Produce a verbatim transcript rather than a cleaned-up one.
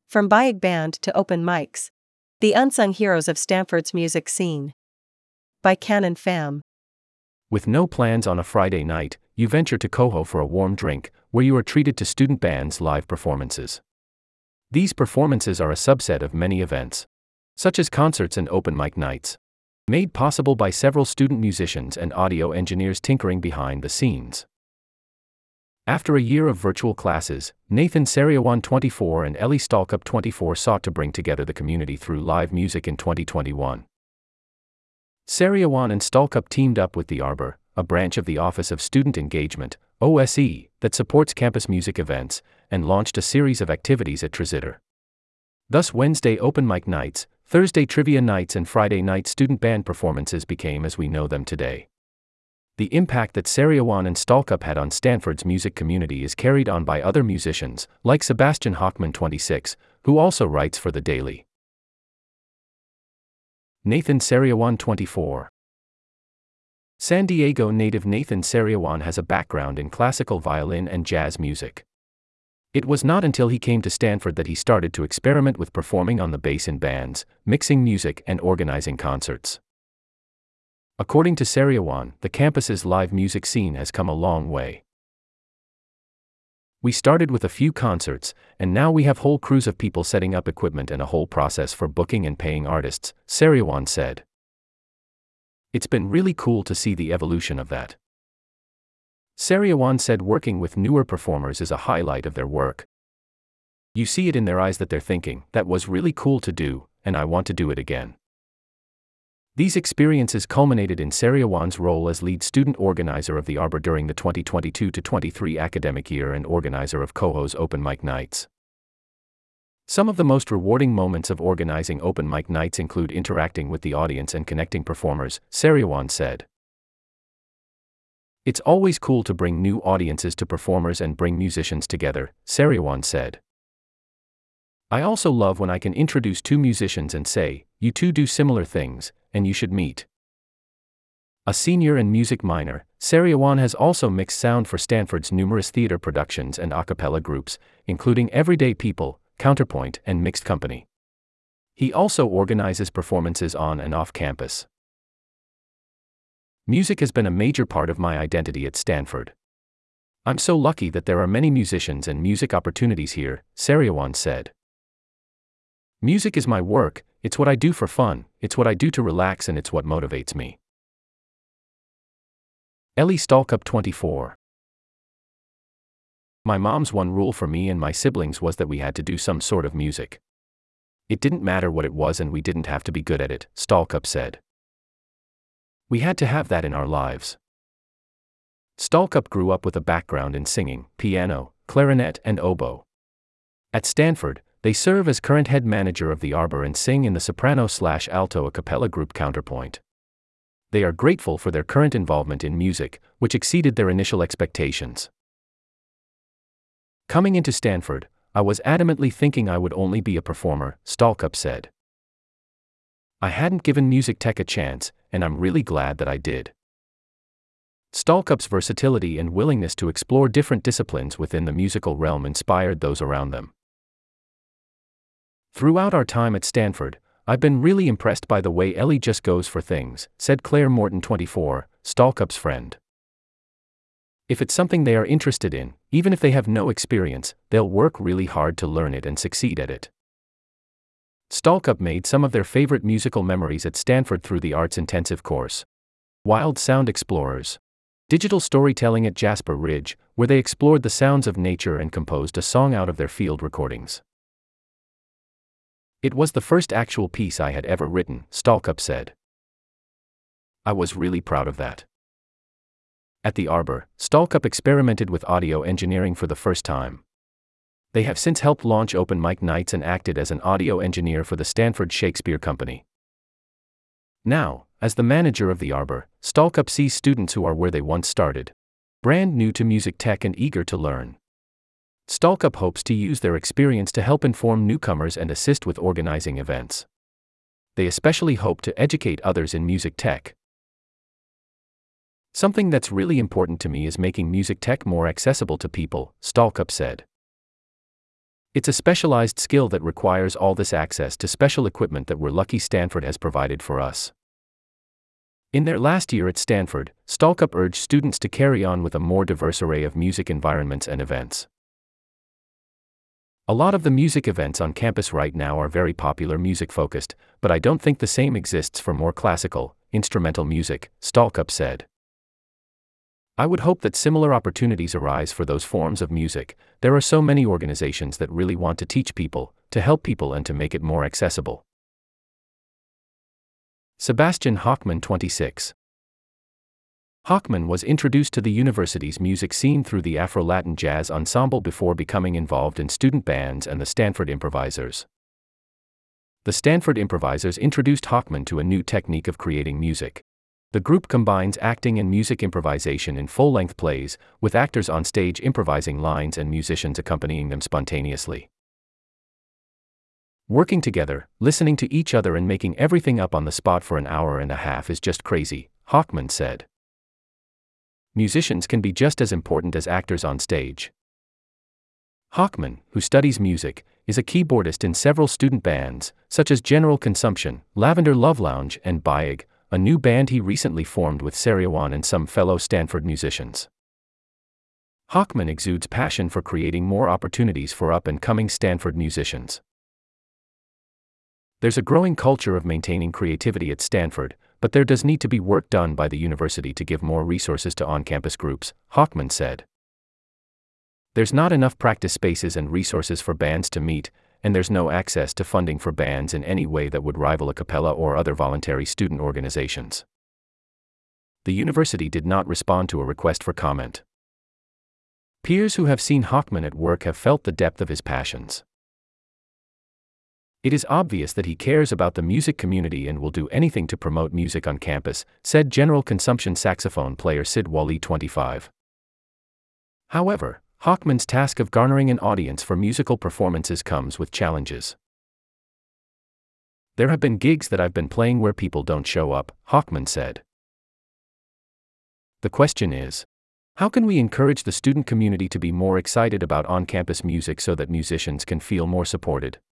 From big band to open mics. The Unsung Heroes of Stanford's Music Scene. By Canon Pham. With no plans on a Friday night, you venture to Coho for a warm drink, where you are treated to student bands' live performances. These performances are a subset of many events, such as concerts and open mic nights, made possible by several student musicians and audio engineers tinkering behind the scenes. After a year of virtual classes, Nathan Sariawan twenty-four and Ellie Stalkup twenty-four sought to bring together the community through live music in twenty twenty-one. Sariawan and Stalkup teamed up with the Arbor, a branch of the Office of Student Engagement, O S E, that supports campus music events, and launched a series of activities at Trezidor. Thus Wednesday open mic nights, Thursday trivia nights and Friday night student band performances became as we know them today. The impact that Sariawan and Stalkup had on Stanford's music community is carried on by other musicians, like Sebastian Hochman twenty-six, who also writes for The Daily. Nathan Sariawan twenty-four. San Diego native Nathan Sariawan has a background in classical violin and jazz music. It was not until he came to Stanford that he started to experiment with performing on the bass in bands, mixing music and organizing concerts. According to Sariawan, the campus's live music scene has come a long way. We started with a few concerts, and now we have whole crews of people setting up equipment and a whole process for booking and paying artists, Sariawan said. It's been really cool to see the evolution of that. Sariawan said working with newer performers is a highlight of their work. You see it in their eyes that they're thinking, that was really cool to do, and I want to do it again. These experiences culminated in Sariawan's role as lead student organizer of the Arbor during the twenty twenty-two to twenty-three academic year and organizer of Coho's open mic nights. Some of the most rewarding moments of organizing open mic nights include interacting with the audience and connecting performers, Sariawan said. It's always cool to bring new audiences to performers and bring musicians together, Sariawan said. I also love when I can introduce two musicians and say, you two do similar things, and you should meet. A senior and music minor, Sariawan has also mixed sound for Stanford's numerous theater productions and a cappella groups, including Everyday People, Counterpoint, and Mixed Company. He also organizes performances on and off campus. Music has been a major part of my identity at Stanford. I'm so lucky that there are many musicians and music opportunities here, Sariawan said. Music is my work, it's what I do for fun, it's what I do to relax, and it's what motivates me. Ellie Stalkup twenty-four. My mom's one rule for me and my siblings was that we had to do some sort of music. It didn't matter what it was and we didn't have to be good at it, Stalkup said. We had to have that in our lives. Stalkup grew up with a background in singing, piano, clarinet, and oboe. At Stanford, they serve as current head manager of the Arbor and sing in the soprano-slash-alto a cappella group Counterpoint. They are grateful for their current involvement in music, which exceeded their initial expectations. Coming into Stanford, I was adamantly thinking I would only be a performer, Stalkup said. I hadn't given music tech a chance, and I'm really glad that I did. Stalkup's versatility and willingness to explore different disciplines within the musical realm inspired those around them. Throughout our time at Stanford, I've been really impressed by the way Ellie just goes for things, said Claire Morton twenty-four, Stalkup's friend. If it's something they are interested in, even if they have no experience, they'll work really hard to learn it and succeed at it. Stalkup made some of their favorite musical memories at Stanford through the arts intensive course, Wild Sound Explorers, digital storytelling at Jasper Ridge, where they explored the sounds of nature and composed a song out of their field recordings. It was the first actual piece I had ever written, Stalkup said. I was really proud of that. At the Arbor, Stalkup experimented with audio engineering for the first time. They have since helped launch open mic nights and acted as an audio engineer for the Stanford Shakespeare Company. Now, as the manager of the Arbor, Stalkup sees students who are where they once started, brand new to music tech and eager to learn. Stalkup hopes to use their experience to help inform newcomers and assist with organizing events. They especially hope to educate others in music tech. Something that's really important to me is making music tech more accessible to people, Stalkup said. It's a specialized skill that requires all this access to special equipment that we're lucky Stanford has provided for us. In their last year at Stanford, Stalcup urged students to carry on with a more diverse array of music environments and events. A lot of the music events on campus right now are very popular music-focused, but I don't think the same exists for more classical, instrumental music, Stalcup said. I would hope that similar opportunities arise for those forms of music. There are so many organizations that really want to teach people, to help people and to make it more accessible. Sebastian Hochman, twenty-six. Hochman was introduced to the university's music scene through the Afro-Latin Jazz Ensemble before becoming involved in student bands and the Stanford Improvisers. The Stanford Improvisers introduced Hochman to a new technique of creating music. The group combines acting and music improvisation in full-length plays, with actors on stage improvising lines and musicians accompanying them spontaneously. Working together, listening to each other and making everything up on the spot for an hour and a half is just crazy, Hochman said. Musicians can be just as important as actors on stage. Hochman, who studies music, is a keyboardist in several student bands, such as General Consumption, Lavender Love Lounge, and Bayig, a new band he recently formed with Saryawan and some fellow Stanford musicians. Hochman exudes passion for creating more opportunities for up-and-coming Stanford musicians. There's a growing culture of maintaining creativity at Stanford, but there does need to be work done by the university to give more resources to on-campus groups, Hochman said. There's not enough practice spaces and resources for bands to meet, and there's no access to funding for bands in any way that would rival a cappella or other voluntary student organizations. The university did not respond to a request for comment. Peers who have seen Hochman at work have felt the depth of his passions. It is obvious that he cares about the music community and will do anything to promote music on campus, said General Consumption saxophone player Sid Wally, twenty-five. However, Hochman's task of garnering an audience for musical performances comes with challenges. There have been gigs that I've been playing where people don't show up, Hochman said. The question is, how can we encourage the student community to be more excited about on-campus music so that musicians can feel more supported?